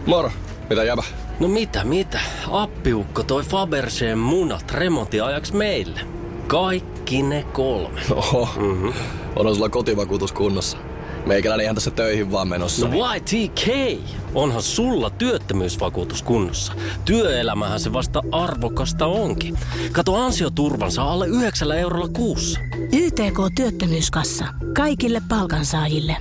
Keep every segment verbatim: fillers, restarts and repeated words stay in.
Moro, mitä jäbä? No mitä, mitä? Appiukko toi Faberseen munat remontiajaksi meille. Kaikki ne kolme. Oho, mm-hmm. Onhan sulla kotivakuutus kunnossa. Meikäläinen ihan tässä töihin vaan menossa. No Y T K, onhan sulla työttömyysvakuutus kunnossa. Työelämähän se vasta arvokasta onkin. Kato ansioturvansa alle yhdeksällä eurolla kuussa. Y T K-työttömyyskassa. Kaikille palkansaajille.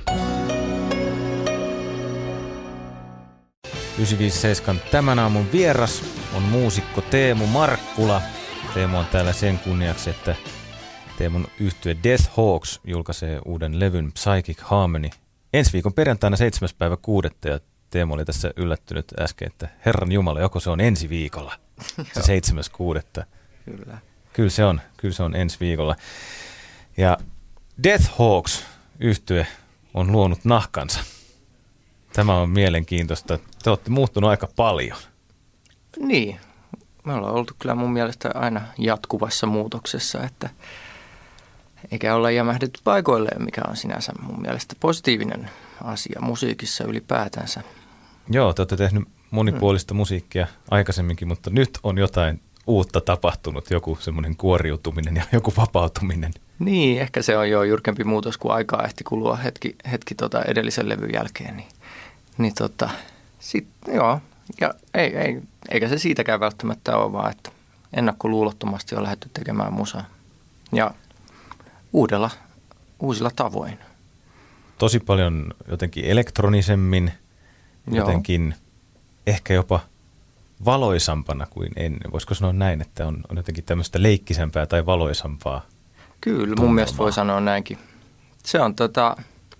yhdeksänsataaviisikymmentäseitsemän tämän aamun vieras on muusikko Teemu Markkula. Teemu on täällä sen kunniaksi, että Teemun yhtye Death Hawks julkaisee uuden levyn Psychic Harmony ensi viikon perjantaina seitsemäs päivä kuudetta. Ja Teemu oli tässä yllättynyt äsken, että Herran Jumala, joko se on ensi viikolla, se seitsemäs kuudetta. Kyllä. Kyllä se on, kyllä se on ensi viikolla. Ja Death Hawks yhtye on luonut nahkansa. Tämä on mielenkiintoista. Te olette muuttunut aika paljon. Niin. Me ollaan oltu kyllä mun mielestä aina jatkuvassa muutoksessa, että eikä olla jämähdetty paikoilleen, mikä on sinänsä mun mielestä positiivinen asia musiikissa ylipäätänsä. Joo, te olette tehnyt monipuolista hmm. musiikkia aikaisemminkin, mutta nyt on jotain uutta tapahtunut, joku semmoinen kuoriutuminen ja joku vapautuminen. Niin, ehkä se on jo jyrkempi muutos, kun aikaa ehti kulua hetki, hetki tota edellisen levyn jälkeen. Niin, niin tota, sit, joo, ja ei, ei, eikä se siitäkään välttämättä ole, vaan että ennakkoluulottomasti on lähdetty tekemään musaa. Ja uudella, uusilla tavoin. Tosi paljon jotenkin elektronisemmin, jotenkin joo. Ehkä jopa valoisampana kuin ennen. Voisiko sanoa näin, että on, on jotenkin tämmöistä leikkisempää tai valoisampaa? Kyllä, tunnelmaa. Mun mielestä voi sanoa näinkin. Se on tota,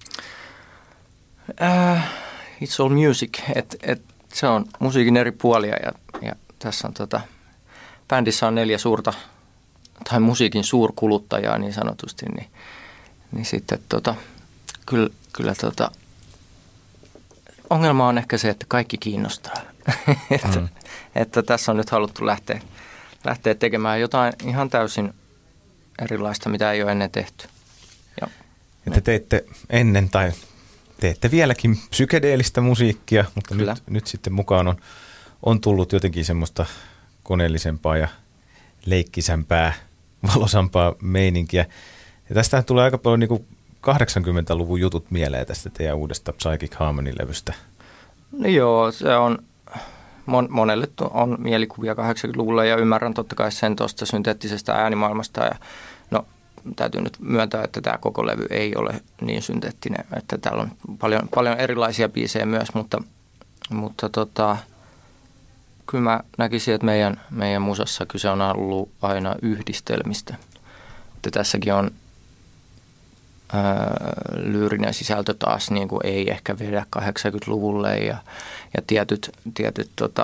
uh, it's all music, että et, se on musiikin eri puolia ja, ja tässä on tota, bändissä on neljä suurta tai musiikin suurkuluttajaa niin sanotusti, niin, niin sitten tota, kyllä, kyllä tota, ongelma on ehkä se, että kaikki kiinnostaa. että, mm. että tässä on nyt haluttu lähteä, lähteä tekemään jotain ihan täysin erilaista, mitä ei ole ennen tehty. Ja, ja te teitte ennen tai teette vieläkin psykedeellistä musiikkia, mutta nyt, nyt sitten mukaan on, on tullut jotenkin semmoista koneellisempaa ja leikkisämpää, valosampaa meininkiä. Ja tästähän tulee aika paljon niin kuin kahdeksankymmentäluvun jutut mieleen tästä teidän uudesta Psychic Harmony-levystä. No joo, se on mon, monelle on mielikuvia kahdeksankymmentäluvulla ja ymmärrän totta kai sen tuosta synteettisestä äänimaailmasta. Ja no, täytyy nyt myöntää, että tämä koko levy ei ole niin synteettinen, että täällä on paljon, paljon erilaisia biisejä myös, mutta, mutta tota, kyllä mä näkisin, että meidän, meidän musassa kyse on ollut aina yhdistelmistä. Että tässäkin on ää, lyyrinen sisältö taas niin kuin ei ehkä vedä kahdeksankymmentäluvulle ja, ja tietyt, tietyt tota,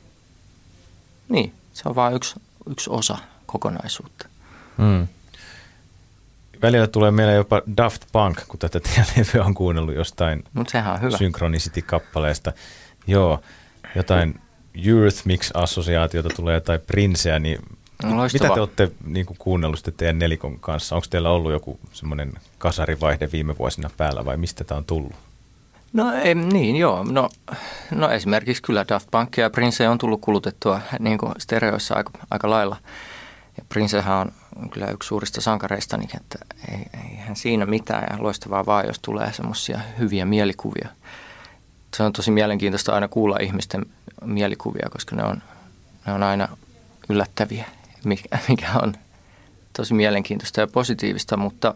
niin, se on vain yksi, yksi osa kokonaisuutta. Hmm. Välillä tulee mieleen jopa Daft Punk, kun tätä teidän levyä on kuunnellut jostain Synchronicity-kappaleesta. Joo, jotain Eurythmics-assosiaatiota tulee tai Princeä, niin no, mitä te olette niin kuin kuunnellut sitten teidän nelikon kanssa? Onko teillä ollut joku semmoinen kasarivaihde viime vuosina päällä vai mistä tämä on tullut? No ei, niin joo, no, no esimerkiksi kyllä Daft Punk ja Prince on tullut kulutettua niin kuin stereoissa aika, aika lailla. Ja Princehän on kyllä yksi suurista sankareista, niin että ei, eihän siinä mitään ja loistavaa vaan, jos tulee semmoisia hyviä mielikuvia. Se on tosi mielenkiintoista aina kuulla ihmisten mielikuvia, koska ne on, ne on aina yllättäviä, mikä, mikä on tosi mielenkiintoista ja positiivista, mutta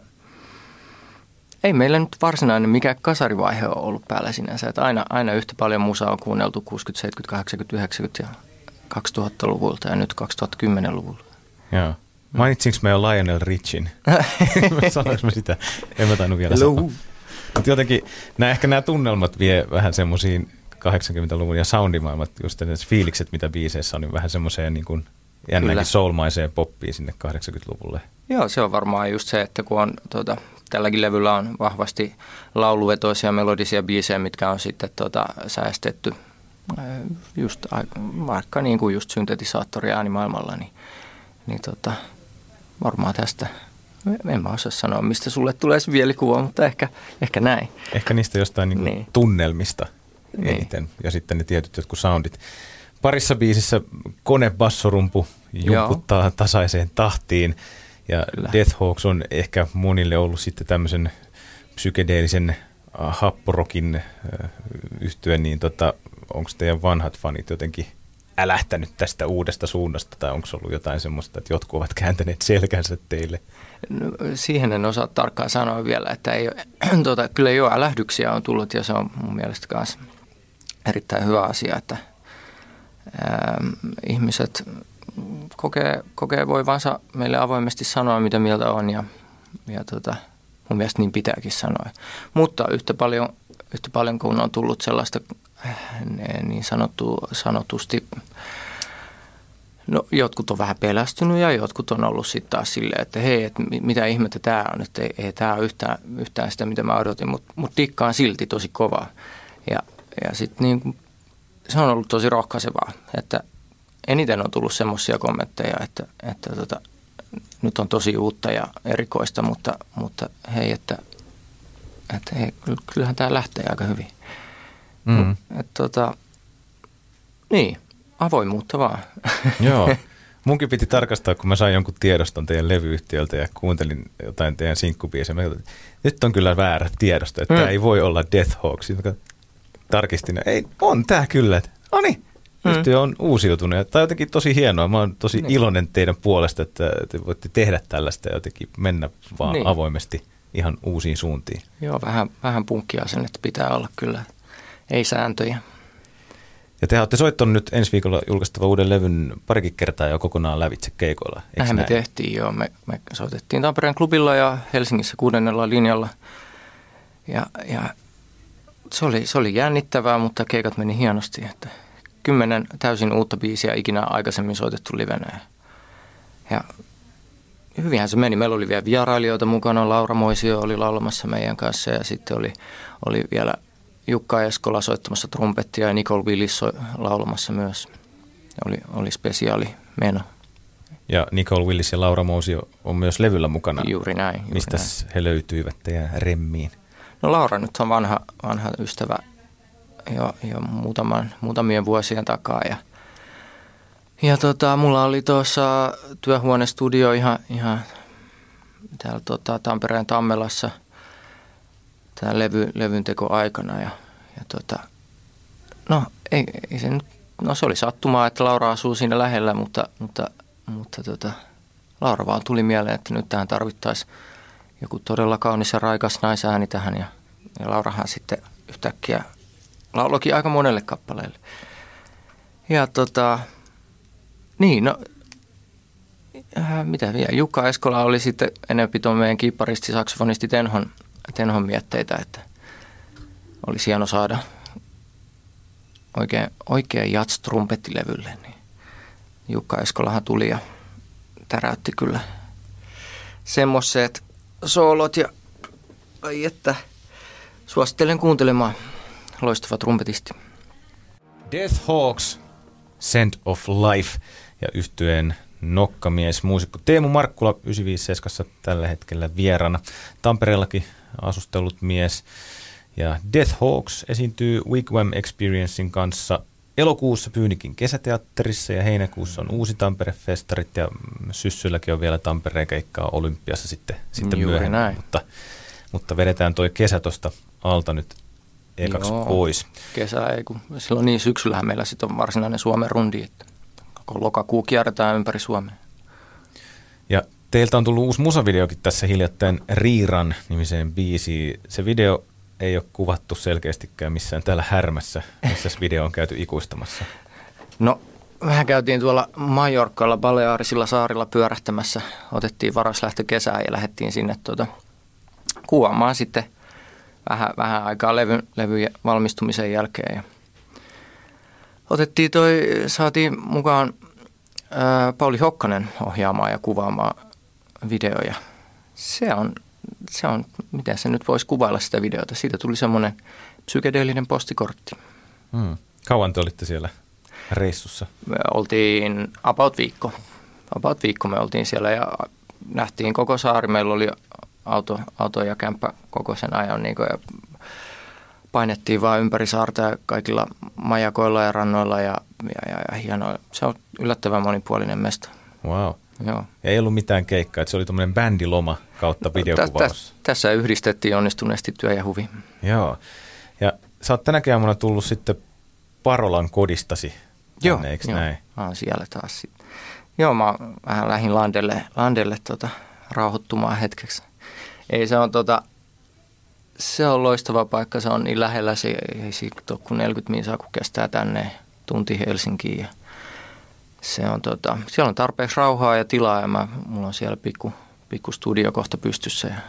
ei meillä nyt varsinainen mikä kasarivaihe on ollut päällä sinänsä, että aina, aina yhtä paljon musaa on kuunneltu kuusikymmentä-, seitsemänkymmentä-, kahdeksankymmentä-, yhdeksänkymmentä- ja kaksituhattaluvulta ja nyt kaksituhattakymmenluvulla. Joo. Mainitsinko mä jo Lionel Richin? Sanoinko mä sitä? En mä tainnut vielä Hello. sanoa. Mutta jotenkin nämä, ehkä nämä tunnelmat vie vähän semmoisiin kahdeksankymmentäluvun ja soundimaailmat, just ne fiilikset, mitä biiseissä on, niin vähän semmoiseen niin kuin jännäkin soulmaiseen poppiin sinne kahdeksankymmentäluvulle. Joo, se on varmaan just se, että kun on, tuota, tälläkin levyllä on vahvasti lauluvetoisia melodisia biisejä, mitkä on sitten tuota, säästetty just vaikka niin kuin just syntetisaattori äänimaailmalla, niin, niin tota, varmaan tästä, en mä osaa sanoa, mistä sulle tulee mielikuva, mutta ehkä, ehkä näin. Ehkä niistä jostain niin kuin niin. tunnelmista. eniten. Niin. Ja sitten ne tietyt jotkut soundit. Parissa biisissä konebassorumpu jumputtaa Joo. tasaiseen tahtiin. Ja Kyllä. Death Hawks on ehkä monille ollut sitten tämmöisen psykedeellisen happorokin yhtyen, niin tota, onko teidän vanhat fanit jotenkin älähtänyt tästä uudesta suunnasta, tai onko ollut jotain semmoista, että jotkut ovat kääntäneet selkänsä teille? No, siihen en osaa tarkkaan sanoa vielä, että ei, tuota, kyllä jo älähdyksiä on tullut, ja se on mun mielestä myös erittäin hyvä asia, että ää, ihmiset kokee, kokee voivansa meille avoimesti sanoa, mitä mieltä on, ja, ja tuota, mun mielestä niin pitääkin sanoa. Mutta yhtä paljon, yhtä paljon kun on tullut sellaista niin sanottu, sanotusti, no jotkut on vähän pelästynyt ja jotkut on ollut sitten taas silleen, että hei, että mitä ihmettä tämä on, että ei, ei tämä ole yhtään, yhtään sitä, mitä mä odotin, mutta mut dikkaan silti tosi kovaa. Ja, ja sitten niin, se on ollut tosi rohkaisevaa, että eniten on tullut semmoisia kommentteja, että, että tota, nyt on tosi uutta ja erikoista, mutta, mutta hei, että, että hei, kyllähän tämä lähtee aika hyvin. Mm. Että tota, niin, avoimuutta vaan. Joo. Munkin piti tarkastaa, kun mä sain jonkun tiedoston teidän levyyhtiöltä ja kuuntelin jotain teidän sinkkubiisiä. Nyt on kyllä väärä tiedosto, että mm. tämä ei voi olla Death Hawks. Tarkistin, ei, on tämä kyllä. No niin, mm. yhtiö on uusiutunut. Ja tämä on jotenkin tosi hienoa. Mä oon tosi niin. iloinen teidän puolesta, että te voitte tehdä tällaista ja jotenkin mennä vaan niin. avoimesti ihan uusiin suuntiin. Joo, vähän, vähän punkkia sen, että pitää olla kyllä. Ei sääntöjä. Ja te olette soittanut nyt ensi viikolla julkaistava uuden levyn parikin kertaa jo kokonaan lävitse keikoilla. Näin me tehtiin joo. Me, me soitettiin Tampereen klubilla ja Helsingissä kuudennella linjalla. Ja, ja se, oli, se oli jännittävää, mutta keikat meni hienosti. Että kymmenen täysin uutta biisiä ikinä aikaisemmin soitettu livenä. Ja hyvinhän se meni. Meillä oli vielä vierailijoita mukana. Laura Moisio oli laulamassa meidän kanssa ja sitten oli, oli vielä Jukka Eskola soittamassa trumpettia ja Nicole Willis laulamassa myös. Oli, oli spesiaali meno. Ja Nicole Willis ja Laura Moisio on myös levyllä mukana. Juuri näin. Juuri Mistä he löytyivät teidän remmiin? No Laura nyt on vanha, vanha ystävä jo, jo muutaman, muutamien vuosien takaa. Ja, ja tota, mulla oli tuossa työhuonestudio ihan, ihan täällä tota, Tampereen Tammelassa tämän levy, levyn teko aikana ja, ja tota, no, ei, ei se, no se oli sattumaa, että Laura asuu siinä lähellä, mutta, mutta, mutta tota, Laura vaan tuli mieleen, että nyt tähän tarvittaisiin joku todella kaunis ja raikas naisääni tähän ja, ja Laurahan sitten yhtäkkiä lauloikin aika monelle kappaleelle. Ja tota, niin no, äh, mitä vielä, Jukka Eskola oli sitten enemmän tuon meidän kiipparisti, saksofonisti Tenhon, Tenhon mietteitä, että olisi hieno saada oikein, oikein jats-trumpettilevylle. Niin Jukka Eskolahan tuli ja täräytti kyllä semmoiset soolot ja ai että suosittelen kuuntelemaan, loistava trumpetisti. Death Hawks, Scent of Life ja yhtyeen nokkamies, muusikko Teemu Markkula yhdeksänsataaviisikymmentäseitsemän tällä hetkellä vieraana. Tampereellakin asustellut mies. Ja Death Hawks esiintyy Wigwam Experiencein kanssa elokuussa Pyynikin kesäteatterissa ja heinäkuussa on Uusi Tampere-festarit ja syssylläkin on vielä Tampereen keikkaa Olympiassa sitten, sitten myöhemmin. Mutta, mutta vedetään toi kesä tuosta alta nyt ekaksi Joo, pois. Kesä ei, kun silloin niin syksyllähän meillä sitten on varsinainen Suomen rundi, että koko lokakuu kierretään ympäri Suomea. Ja teiltä on tullut uusi musavideokin tässä hiljattain Riiran nimiseen biisiin. Se video ei ole kuvattu selkeästikään missään täällä Härmässä, missä video on käyty ikuistamassa. No, mehän käytiin tuolla Majorkalla, Balearisilla saarilla pyörähtämässä. Otettiin varaslähtö kesään ja lähdettiin sinne tuota, kuvaamaan sitten vähän, vähän aikaa levyn, levyn valmistumisen jälkeen. Ja otettiin toi, saatiin mukaan ää, Pauli Hokkanen ohjaamaan ja kuvaamaan videoja. Se on, se on, miten se nyt voisi kuvailla sitä videota. Siitä tuli semmoinen psykedeellinen postikortti. Hmm. Kauan te olitte siellä reissussa? Me oltiin about viikko. About viikko me oltiin siellä ja nähtiin koko saari. Meillä oli auto, auto ja kämppä koko sen ajan niin ja painettiin vaan ympäri saarta ja kaikilla majakoilla ja rannoilla ja, ja, ja, ja hienoa. Se on yllättävän monipuolinen mesta. Wow. Joo. Ei ollut mitään keikkaa, että se oli tuommoinen bändiloma kautta videokuvaus. Tä, tä, tässä yhdistettiin onnistuneesti työ ja huvi. Joo. Ja sä oot tänäkin aamuna tullut sitten Parolan kodistasi. Joo, tänne, eikö joo. näin? Mä oon siellä taas sitten. Joo, mä vähän lähdin landelle, landelle tota, rauhoittumaan hetkeksi. Ei se on tota, se on loistava paikka, se on niin lähellä, se ei siitä ole kuin neljäkymmentä minsaa, kun kestää tänne tunti Helsinkiin. Ja se on tota, siellä on tarpeeksi rauhaa ja tilaa ja mä, mulla on siellä pikku, pikku studio kohta pystyssä ja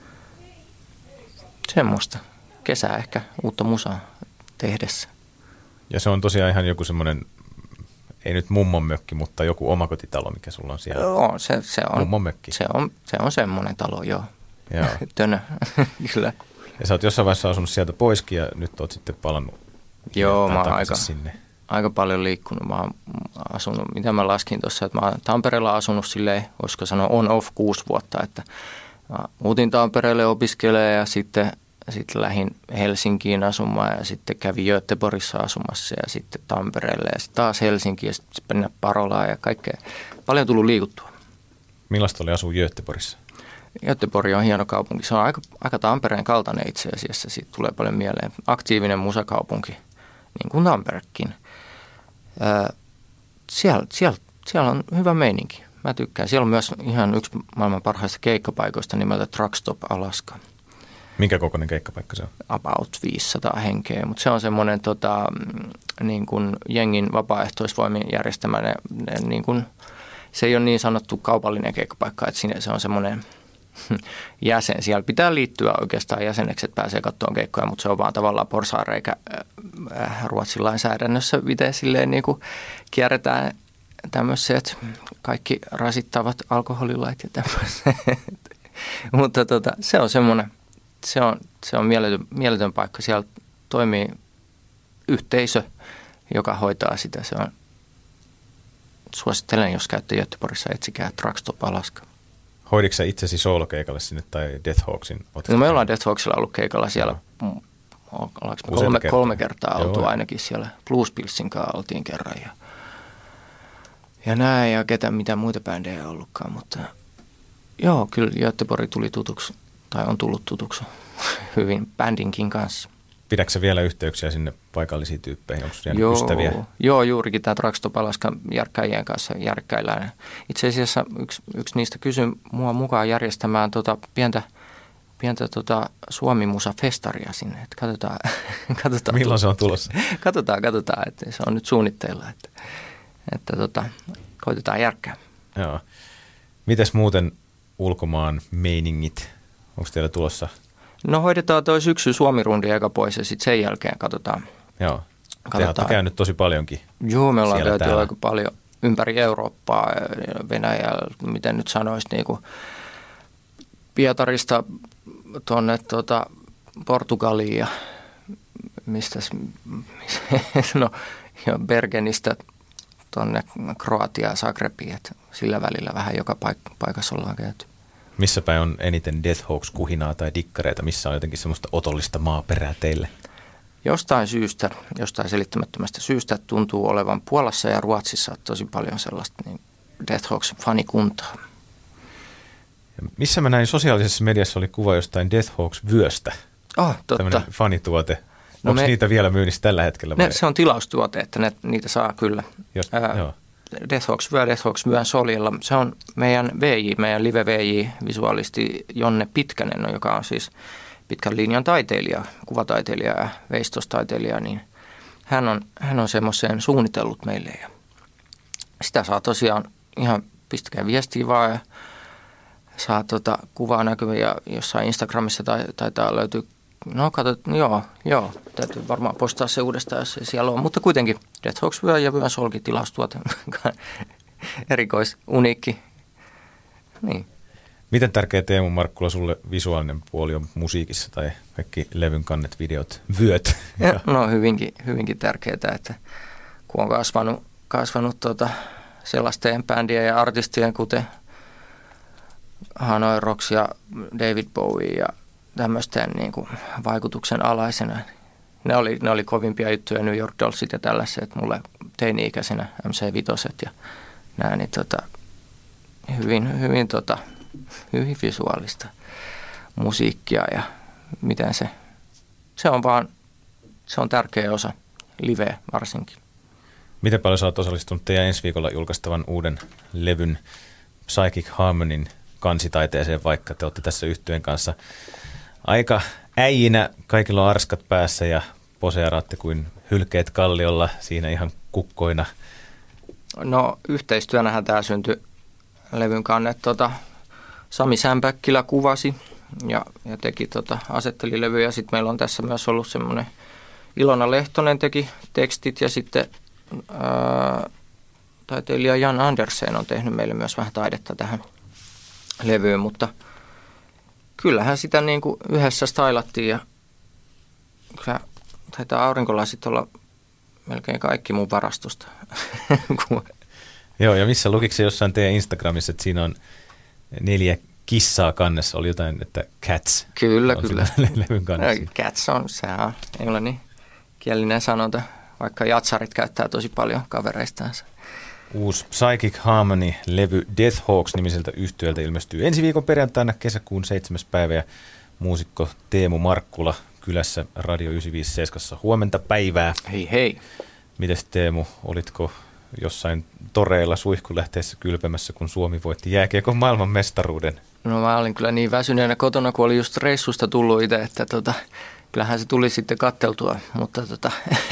semmoista. Kesää ehkä uutta musaa tehdessä. Ja se on tosiaan ihan joku semmoinen, ei nyt mummon mökki, mutta joku omakotitalo, mikä sulla on siellä. Joo, se, se on. Mummon mökki. Se on, se on semmoinen talo, joo. Joo. Tönö, kyllä. Ja sä oot jossain vaiheessa asunut sieltä poiskin ja nyt oot sitten palannut. Joo, mä oon aika, sinne. aika paljon liikkunut. Mä oon asunut, mitä mä laskin tuossa, että mä oon Tampereella asunut silleen, voisiko sanoa on-off kuusi vuotta, että mä muutin Tampereelle opiskelemaan ja sitten, sitten lähdin Helsinkiin asumaan ja sitten kävin Göteborgissa asumassa ja sitten Tampereelle ja sitten taas Helsinkiin ja sitten mennä Parolaan ja kaikkea. Paljon tullut liikuttua. Millaista oli asua Göteborgissa? Göteborg on hieno kaupunki. Se on aika, aika Tampereen kaltainen itse asiassa. Siitä tulee paljon mieleen. Aktiivinen musakaupunki, niin kuin Tamperekin. Öö, siellä, siellä, siellä on hyvä meininki. Mä tykkään. Siellä on myös ihan yksi maailman parhaista keikkapaikoista nimeltä Truckstop Alaska. Minkä kokoinen keikkapaikka se on? About viisisataa henkeä, mutta se on semmoinen tota, niin kuin jengin vapaaehtoisvoimien järjestämä. Ne, ne, niin kuin, se ei ole niin sanottu kaupallinen keikkapaikka, että siinä se on semmoinen jäsen. Siellä pitää liittyä oikeastaan jäseneksi, että pääsee katsomaan keikkoja, mutta se on vaan tavallaan porsaareikä äh, Ruotsin lainsäädännössä, miten silleen niin kuin kierretään tämmöiset kaikki rasittavat alkoholilait ja tämmöiset. Mutta tota, se on semmoinen, se on, se on mieletön, mieletön paikka. Siellä toimii yhteisö, joka hoitaa sitä. Se on, suosittelen, jos käytte Göteborgissa, etsikää Truckstop Alaska. Hoiditko sä itsesi soolokeikalle sinne tai Death Hawksin? No me ollaan Death Hawksilla ollut keikalla siellä, no. kolme, kertaa. kolme kertaa oltu Joo. ainakin siellä. Bluespilsin kanssa oltiin kerran ja, ja näin ja ketä mitä muita bändejä ei ollutkaan, mutta joo, kyllä Göteborg tuli tutuksi tai on tullut tutuksi hyvin bändinkin kanssa. Pidätkö vielä yhteyksiä sinne paikallisiin tyyppeihin? Onko siellä joo, ystäviä? Joo, juurikin tämä Truckstop Alaskan järkkäjien kanssa järkkäillään. Itse asiassa yksi, yksi niistä kysyi mua mukaan järjestämään tota pientä, pientä tota Suomi-musa-festaria sinne. Että katsotaan, katsotaan, milloin se on tulossa? Katsotaan, katsotaan. Että se on nyt suunnitteilla, että, että tota, koitetaan järkkää. Joo. Mites muuten ulkomaan meiningit? Onko teillä tulossa? No hoidetaan toi syksy Suomi-rundi eka pois ja sitten sen jälkeen katsotaan. Joo. Te olette käynyt tosi paljonkin. Joo, me ollaan siellä käyty täällä. aika paljon ympäri Eurooppaa, Venäjällä, miten nyt sanoisi, niin kuin Pietarista tuonne tuota, Portugaliin ja mistäs, no jo Bergenistä tuonne Kroatiaan, Zagrebiin, että sillä välillä vähän joka paik- paikassa ollaan käyty. Missä päin on eniten Death Hawks kuhinaa tai dikkareita? Missä on jotenkin semmoista otollista maaperää teille? Jostain syystä, jostain selittämättömästä syystä tuntuu olevan Puolassa ja Ruotsissa tosi paljon sellaista niin Death Hawks-fanikuntaa. Ja missä mä näin sosiaalisessa mediassa oli kuva jostain Death Hawks-vyöstä? Oh, totta. Tämmöinen fanituote. No Onko me, niitä vielä myynnissä tällä hetkellä? Vai? Ne, se on tilaustuote, että ne, niitä saa kyllä. Just, Ää, joo. Death Hawks vyö, Death Hawks vyön soljella. Se on meidän V J, meidän live-V J-visuaalisti Jonne Pitkänen, joka on siis pitkän linjan taiteilija, kuvataiteilija ja veistostaiteilija, niin hän on, hän on semmoiseen suunnitellut meille. Ja sitä saa tosiaan ihan pistäkää viestiä vaan ja saa tota kuvaa näkyviä ja jossain Instagramissa tai, taitaa löytyy. No katsot, joo, joo, täytyy varmaan postaa se uudestaan, jos se siellä on. Mutta kuitenkin Death Hawks vyö ja vyön solki tilaustuote. Erikois, uniikki. Niin. Miten tärkeä Teemu Markkula sulle visuaalinen puoli on musiikissa tai kaikki levyn kannet, videot, vyöt? Ja, no hyvinkin, hyvinkin tärkeää, että kun on kasvanut, kasvanut tuota sellaisten bändien ja artistien kuten Hanoi Rocks ja David Bowie ja tämmöisten niin kuin vaikutuksen alaisena, ne oli, ne oli kovimpia juttuja, New York Dollsit ja tällaiset, mulle teini-ikäisenä M C viisi ja nämä, niin tota, hyvin, hyvin, tota, hyvin visuaalista musiikkia ja miten se, se on vaan, se on tärkeä osa, liveä varsinkin. Miten paljon sä oot osallistunut teidän ensi viikolla julkaistavan uuden levyn Psychic Harmonyn kansitaiteeseen, vaikka te olette tässä yhtyeen kanssa aika äijinä, kaikilla on arskat päässä ja poseeraatte kuin hylkeet kalliolla siinä ihan kukkoina? No yhteistyönähän tämä syntyi levyn kannet. Tota, Sami Sämpäkkilä kuvasi ja, ja teki, tota, asetteli levyjä. Sitten meillä on tässä myös ollut semmoinen Ilona Lehtonen teki tekstit ja sitten ää, taiteilija Jan Andersen on tehnyt meille myös vähän taidetta tähän levyyn, mutta kyllähän sitä niin kuin yhdessä stylattiin ja kyllä taitaa aurinkolasit olla melkein kaikki mun varastosta. Joo, ja missä lukiko se jossain teidän Instagramissa, että siinä on neljä kissaa kannessa, oli jotain, että cats. Kyllä, on kyllä. Levyn kannessa. No, cats on, sehän on englannin kielinen sanonta, vaikka jatsarit käyttää tosi paljon kavereistansa. Uusi Psychic Harmony-levy Death Hawks-nimiseltä yhtyöltä ilmestyy ensi viikon perjantaina kesäkuun seitsemäs päivä ja muusikko Teemu Markkula kylässä Radio yhdeksänsataaviisikymmentäseitsemän. Huomenta päivää. Hei hei. Mites Teemu, olitko jossain toreilla suihkulähteessä kylpemässä, kun Suomi voitti jääkiekon maailman mestaruuden? No mä olin kyllä niin väsyneenä kotona, kun oli just reissusta tullut itse, että tota, kyllähän se tuli sitten katteltua, mutta tota,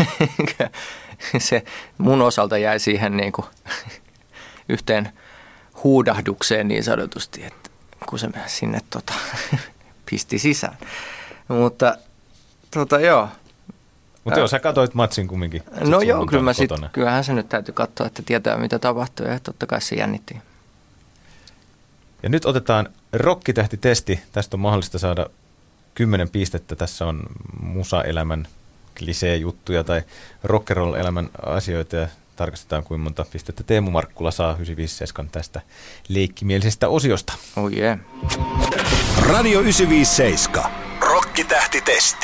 se mun osalta jäi siihen niin kuin yhteen huudahdukseen niin sanotusti, että kun se sinne tota, pisti sisään. Mutta tota joo. Mutta joo, sä katsoit matsin kumminkin. No joo, kyllä mä sit, kyllähän se nyt täytyy katsoa, että tietää mitä tapahtuu ja totta kai se jännitti. Ja nyt otetaan rokkitähtitesti. Tästä on mahdollista saada kymmenen pistettä. Tässä on musa-elämän klisee-juttuja tai rock'n'roll-elämän asioita ja tarkastetaan kuinka monta pistettä Teemu Markkula saa yhdeksänsataaviisikymmentäseitsemän tästä leikkimielisestä osiosta. Oh yeah. Radio yhdeksänsataaviisikymmentäseitsemän. Rokkitähtitesti.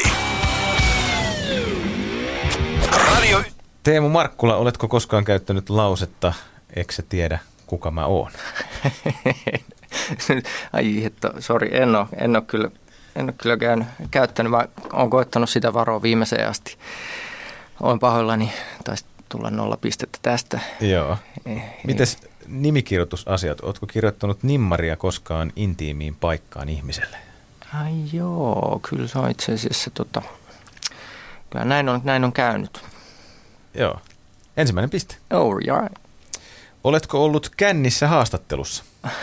Radio... Teemu Markkula, oletko koskaan käyttänyt lausetta, eikö sä tiedä, kuka mä oon? Ai että, sori, en ole, en ole kyllä, en ole kyllä käynyt, käyttänyt, vaan olen koettanut sitä varoa viimeiseen asti. Olen pahoillani, taisi tulla nolla pistettä tästä. Joo. Mites nimikirjoitusasiat? Oletko kirjoittanut nimmaria koskaan intiimiin paikkaan ihmiselle? Ai joo, kyllä se on itse asiassa, tota, kyllä näin on, näin on käynyt. Joo. Ensimmäinen piste. Oh, yeah. Oletko ollut kännissä haastattelussa?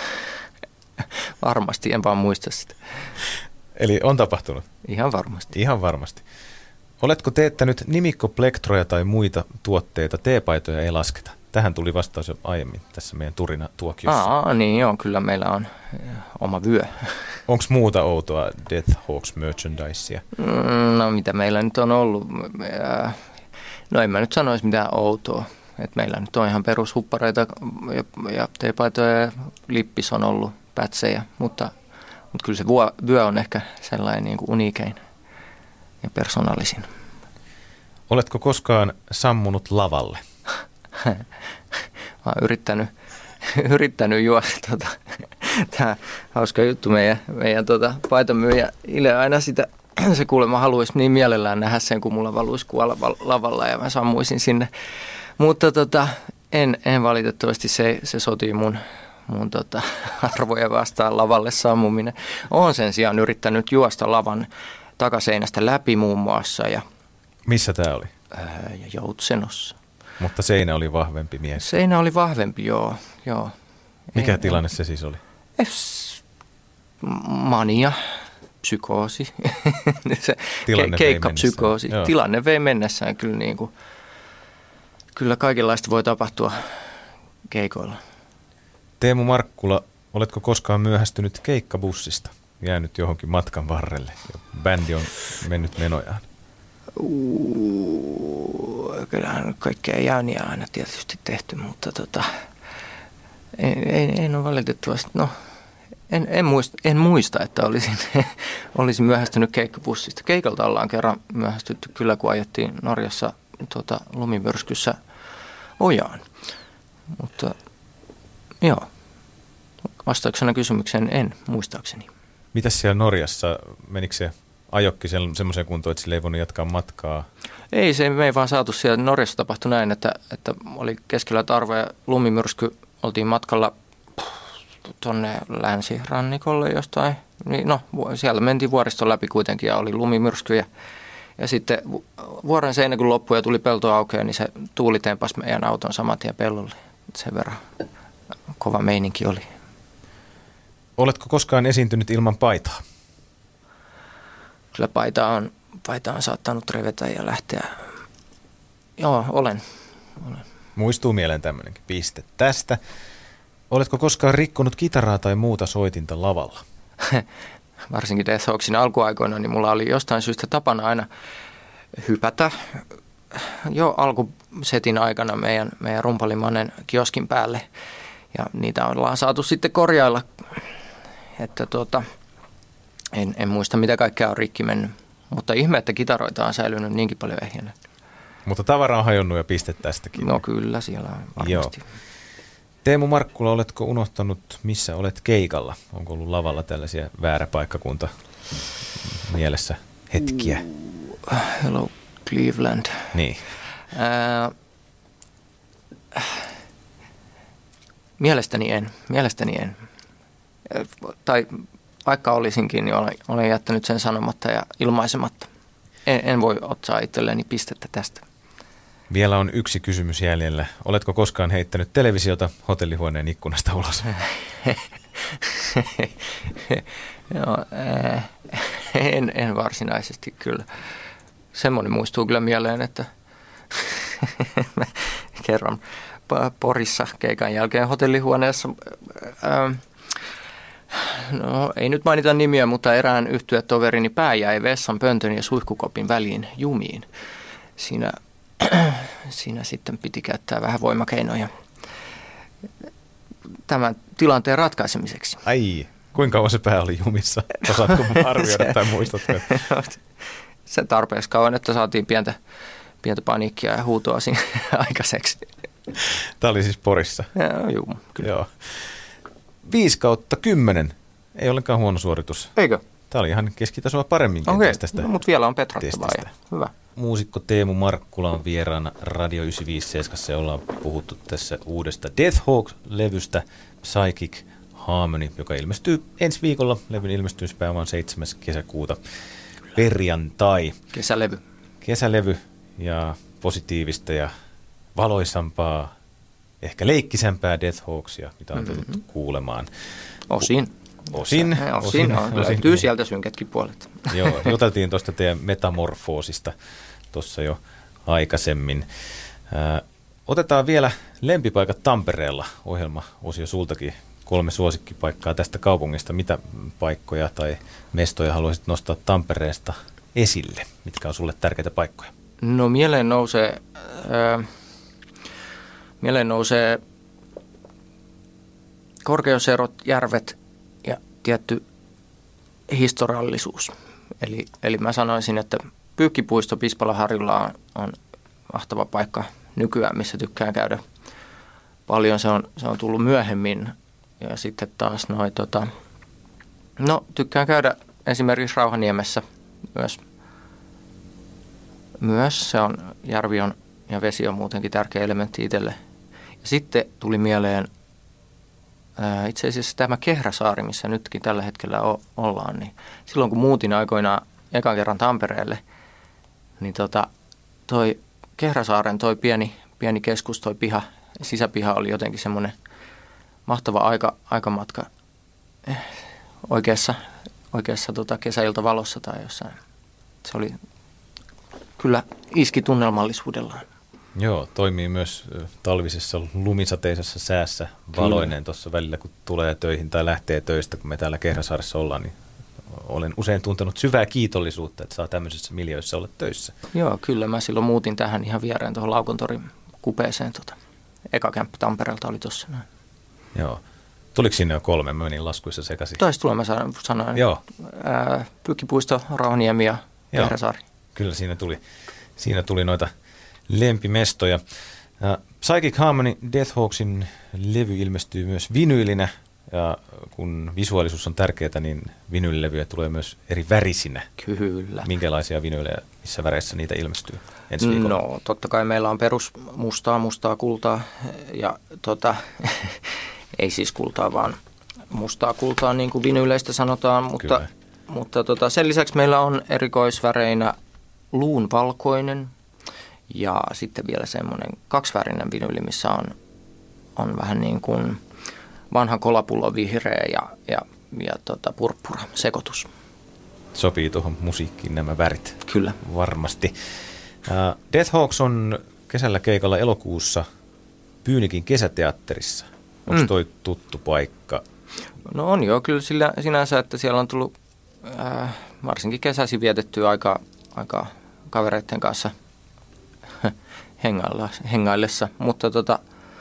Varmasti, en vaan muista sitä. Eli on tapahtunut? Ihan varmasti. Ihan varmasti. Oletko teettänyt nimikkoplektroja tai muita tuotteita, teepaitoja ei lasketa? Tähän tuli vastaus jo aiemmin tässä meidän Turina-tuokiossa. Aa, niin joo, kyllä meillä on oma vyö. Onko muuta outoa Death Hawks merchandisea? No mitä meillä nyt on ollut? No en mä nyt sanoisi mitään outoa. Et meillä nyt on ihan perushuppareita ja, ja teepaitoja ja lippis on ollut, pätsejä, mutta, mutta kyllä se vyö on ehkä sellainen niin kuin uniikein ja persoonallisin. Oletko koskaan sammunut lavalle? Mä oon yrittänyt, yrittänyt juoda. Tota, tämä hauska juttu meidän, meidän tota, paitamyyjä Ile aina sitä, se kuulemma haluaisi niin mielellään nähdä sen, kun mulla valuisi kuolla lavalla ja mä sammuisin sinne. Mutta tota, en, en valitettavasti, se, se sotii mun, mun tota, arvoja vastaan lavalle sammuminen. Olen sen sijaan yrittänyt juosta lavan takaseinästä läpi muun muassa. Ja, missä tämä oli? Ää, ja Joutsenossa. Mutta seinä oli vahvempi mies. Seinä oli vahvempi, joo. joo. Mikä Ei, tilanne se siis oli? Es, mania, psykoosi, se Tilanne keikkapsykoosi. Vei Tilanne vei mennessään kyllä niin kuin, kyllä kaikenlaista voi tapahtua keikoilla. Teemu Markkula, oletko koskaan myöhästynyt keikkabussista? Jäänyt johonkin matkan varrelle ja bändi on mennyt menojaan? Uuu, kyllähän kaikkea jääniä aina tietysti tehty, mutta tota, en, en, en ole valitettavasti, no En, en, muista, en muista, että olisin, olisin myöhästynyt keikkabussista. Keikalta ollaan kerran myöhästytty kyllä, kun ajettiin Norjassa tuota, lumimyrskyssä ojaan. Mutta joo, vastauksena kysymykseen en muistaakseni. Mitäs siellä Norjassa, menikö se ajokki semmoiseen kuntoon, että sille ei voinut jatkaa matkaa? Ei, se me ei vaan saatu siellä. Norjassa tapahtui näin, että, että oli keskellä tarve lumimyrsky, oltiin matkalla tuonne länsirannikolle jostain. Niin, no, siellä mentiin vuoriston läpi kuitenkin ja oli lumimyrsky. Ja, ja sitten vuoren seinä kun loppui ja tuli pelto aukeaa, niin se tuuli tempasi meidän auton saman tien pellolle. Sen verran kova meininki oli. Oletko koskaan esiintynyt ilman paitaa? Kyllä paita on, paita on saattanut revetä ja lähteä. Joo, olen. olen. Muistuu mieleen tämmöinenkin piste tästä. Oletko koskaan rikkonut kitaraa tai muuta soitinta lavalla? Varsinkin Death Hawksin alkuaikoina, niin mulla oli jostain syystä tapana aina hypätä jo alkusetin aikana meidän, meidän rumpalimannen kioskin päälle. Ja niitä ollaan saatu sitten korjailla, että tuota, en, en muista mitä kaikkea on rikki mennyt. Mutta ihme, että kitaroita on säilynyt niinkin paljon ehjänä. Mutta tavara on hajonnut ja piste tästäkin. No kyllä, siellä on varmasti. Joo. Teemu Markkula, oletko unohtanut, missä olet keikalla? Onko ollut lavalla tällaisia väärä paikkakunta mielessä hetkiä? Hello Cleveland. Niin. Ää, mielestäni en. Mielestäni en. Tai vaikka olisinkin, niin olen, olen jättänyt sen sanomatta ja ilmaisematta. En, en voi ottaa itselleni pistettä tästä. Vielä on yksi kysymys jäljellä. Oletko koskaan heittänyt televisiota hotellihuoneen ikkunasta ulos? Joo, äh, en, en varsinaisesti kyllä. Semmoinen muistuu kyllä mieleen, että kerran Porissa keikan jälkeen hotellihuoneessa, äh, no ei nyt mainita nimiä, mutta erään yhtyeetoverini pää jäi vessan pöntön ja suihkukopin väliin jumiin. Siinä Siinä sitten piti käyttää vähän voimakeinoja tämän tilanteen ratkaisemiseksi. Ai, kuinka kauan se pää oli jumissa? Osaatko arvioida se, tai muistatko? Se tarpeeksi kauan, että saatiin pientä, pientä paniikkia ja huutoa siinä aikaiseksi. Tämä oli siis Porissa? Ja, juu, kyllä. Joo. Viisi kautta kymmenen. Ei ollenkaan huono suoritus. Eikö? Tämä oli ihan keskitasoa paremmin. Okei, okay. No, mutta vielä on petrattavaa. Hyvä. Muusikko Teemu Markkula on vieraana Radio yhdeksänsataayhdeksänkymmentäseitsemän ja ollaan puhuttu tässä uudesta Death Hawk-levystä Psychic Harmony, joka ilmestyy ensi viikolla. Levyn ilmestymispäivä on seitsemäs kesäkuuta perjantai. Kesälevy. Kesälevy ja positiivista ja valoisampaa, ehkä leikkisämpää Death Hawksia, mitä on tullut mm-hmm. kuulemaan. Osin. Osin. Osin, osin on. Löytyy sieltä synkätkin puolet. Joo, juteltiin tuosta teidän metamorfoosista tuossa jo aikaisemmin. Ää, otetaan vielä lempipaikat Tampereella ohjelma-osio sultakin. Kolme suosikkipaikkaa tästä kaupungista. Mitä paikkoja tai mestoja haluaisit nostaa Tampereesta esille? Mitkä on sulle tärkeitä paikkoja? No mieleen nousee, äh, mieleen nousee korkeuserot, järvet ja tietty historiallisuus. Eli, eli mä sanoisin, että Pyykkipuisto Pispalaharjulla on, on mahtava paikka nykyään, missä tykkään käydä paljon. Se on, se on tullut myöhemmin. Ja sitten taas noi, tota, no tykkään käydä esimerkiksi Rauhaniemessä myös. Myös se on, järvi on ja vesi on muutenkin tärkeä elementti itselle. Ja sitten tuli mieleen ää, itse asiassa tämä Kehräsaari, missä nytkin tällä hetkellä o- ollaan. Niin silloin kun muutin aikoinaan ekan kerran Tampereelle, niin tota, toi Kehräsaaren toi pieni, pieni keskus, toi piha, sisäpiha oli jotenkin semmoinen mahtava aika, aikamatka eh, oikeassa, oikeassa tota kesäiltavalossa tai jossain. Se oli kyllä iski tunnelmallisuudellaan. Joo, toimii myös talvisessa lumisateisessa säässä valoinen tuossa välillä, kun tulee töihin tai lähtee töistä, kun me täällä Kehräsaaressa ollaan, niin olen usein tuntenut syvää kiitollisuutta, että saa tämmöisessä miljöissä olla töissä. Joo, kyllä. Mä silloin muutin tähän ihan viereen tuohon Laukontorin kupeeseen. Tota. Eka kämppä Tampereelta oli tuossa näin. Joo. Tuliko sinne jo kolme? Mä menin laskuissa sekaisin. Taisi tulla, mä sanoin. Joo. Ää, Pyykkipuisto, Rovaniemi ja Kehräsaari. Kyllä siinä tuli, siinä tuli noita lempimestoja. Uh, Psychic Harmony Death Hawksin levy ilmestyy myös vinyylinä. Ja kun visuaalisuus on tärkeää, niin vinyylilevyjä tulee myös eri värisinä. Kyllä. Minkälaisia vinyylejä, missä väreissä niitä ilmestyy ensi viikolla? No, totta kai meillä on perus mustaa, mustaa, kultaa ja tota, ei siis kultaa, vaan mustaa kultaa, niin kuin vinyyleistä sanotaan. Mutta, mutta tota, sen lisäksi meillä on erikoisväreinä luun valkoinen ja sitten vielä semmoinen kaksivärinen vinyyli, missä on, on vähän niin kuin vanha kolapullo vihreä ja, ja, ja tota, purppura sekoitus. Sopii tuohon musiikkiin nämä värit. Kyllä. Varmasti. Uh, Death Hawks on kesällä keikalla elokuussa Pyynikin kesäteatterissa. Onko mm. toi tuttu paikka? No on joo, kyllä sillä, sinänsä, että siellä on tullut äh, varsinkin kesäisin vietettyä aika, aika kavereiden kanssa hengailla, hengaillessa, mutta tota,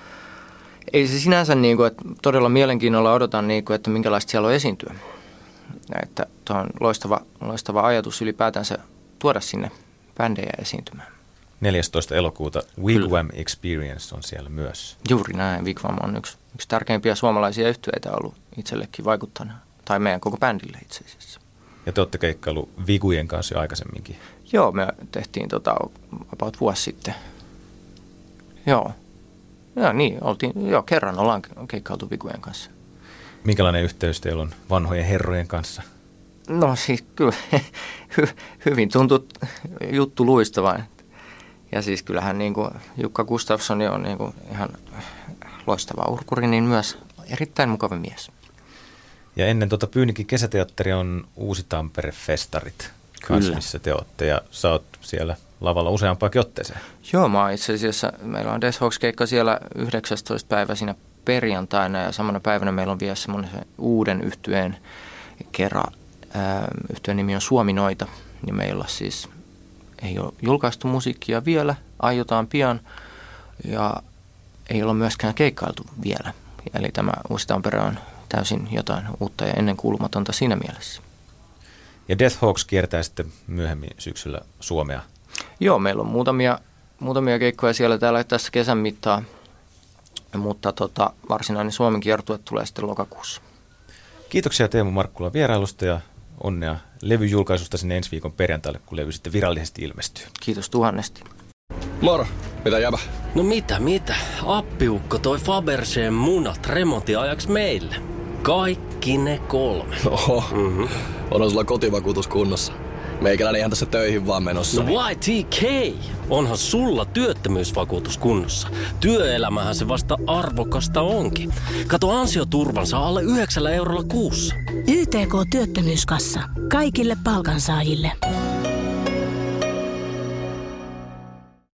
ei se sinänsä niin kuin, että todella mielenkiinnolla odotan, niin kuin, että minkälaista siellä on esiintyä. Että tuo on loistava, loistava ajatus ylipäätänsä tuoda sinne bändejä esiintymään. neljästoista elokuuta Wigwam Experience on siellä myös. Juuri näin. Wigwam on yksi, yksi tärkeimpiä suomalaisia yhtyeitä ollut itsellekin vaikuttana. Tai meidän koko bändille itse asiassa. Ja te olette keikkailu Vigujen kanssa jo aikaisemminkin. Joo, me tehtiin tota, about vuosi sitten. Joo. Joo, niin. Oltiin, joo, kerran ollaan keikkailtu Vigujen kanssa. Minkälainen yhteys teillä on vanhojen herrojen kanssa? No siis kyllä hy- hyvin tuntuu juttu luistava. Ja siis kyllähän niin kuin Jukka Gustafsson on niin kuin ihan loistava urkuri, niin myös erittäin mukava mies. Ja ennen tuota Pyynikin kesäteatteria on Uusi Tampere-festarit, kanssa, missä te olette. Ja sä oot siellä lavalla useampaakin otteeseen. Joo, mä itse asiassa, meillä on Death Hawks-keikka siellä yhdeksästoista päivä siinä perjantaina. Ja samana päivänä meillä on vielä semmoinen uuden yhtyeen kerran. Yhtyeen nimi on Suomi-noita. Ja meillä siis ei ole julkaistu musiikkia vielä, aiotaan pian ja ei ole myöskään keikkailtu vielä. Eli tämä Uusi Tampere on täysin jotain uutta ja ennenkuulumatonta siinä mielessä. Ja Death Hawks kiertää sitten myöhemmin syksyllä Suomea. Joo, meillä on muutamia, muutamia keikkoja siellä täällä tässä kesän mittaan, mutta tota, varsinainen Suomen kiertue tulee sitten lokakuussa. Kiitoksia Teemu Markkula vierailusta ja onnea levyjulkaisusta sinne ensi viikon perjantaille, kun levy sitten virallisesti ilmestyy. Kiitos tuhannesti. Moro, mitä jäbä? No mitä, mitä? Appiukko toi Faberseen munat remontiajaksi meille. Kaikki ne kolme. Oho, mm-hmm. Onhan sulla kotivakuutus kunnossa. Meikäläinen ihan tässä töihin vaan menossa. No Y T K! Onhan sulla työttömyysvakuutus kunnossa. Työelämähän se vasta arvokasta onkin. Kato ansioturvansa alle yhdeksällä eurolla kuussa. Y T K-työttömyyskassa. Kaikille palkansaajille.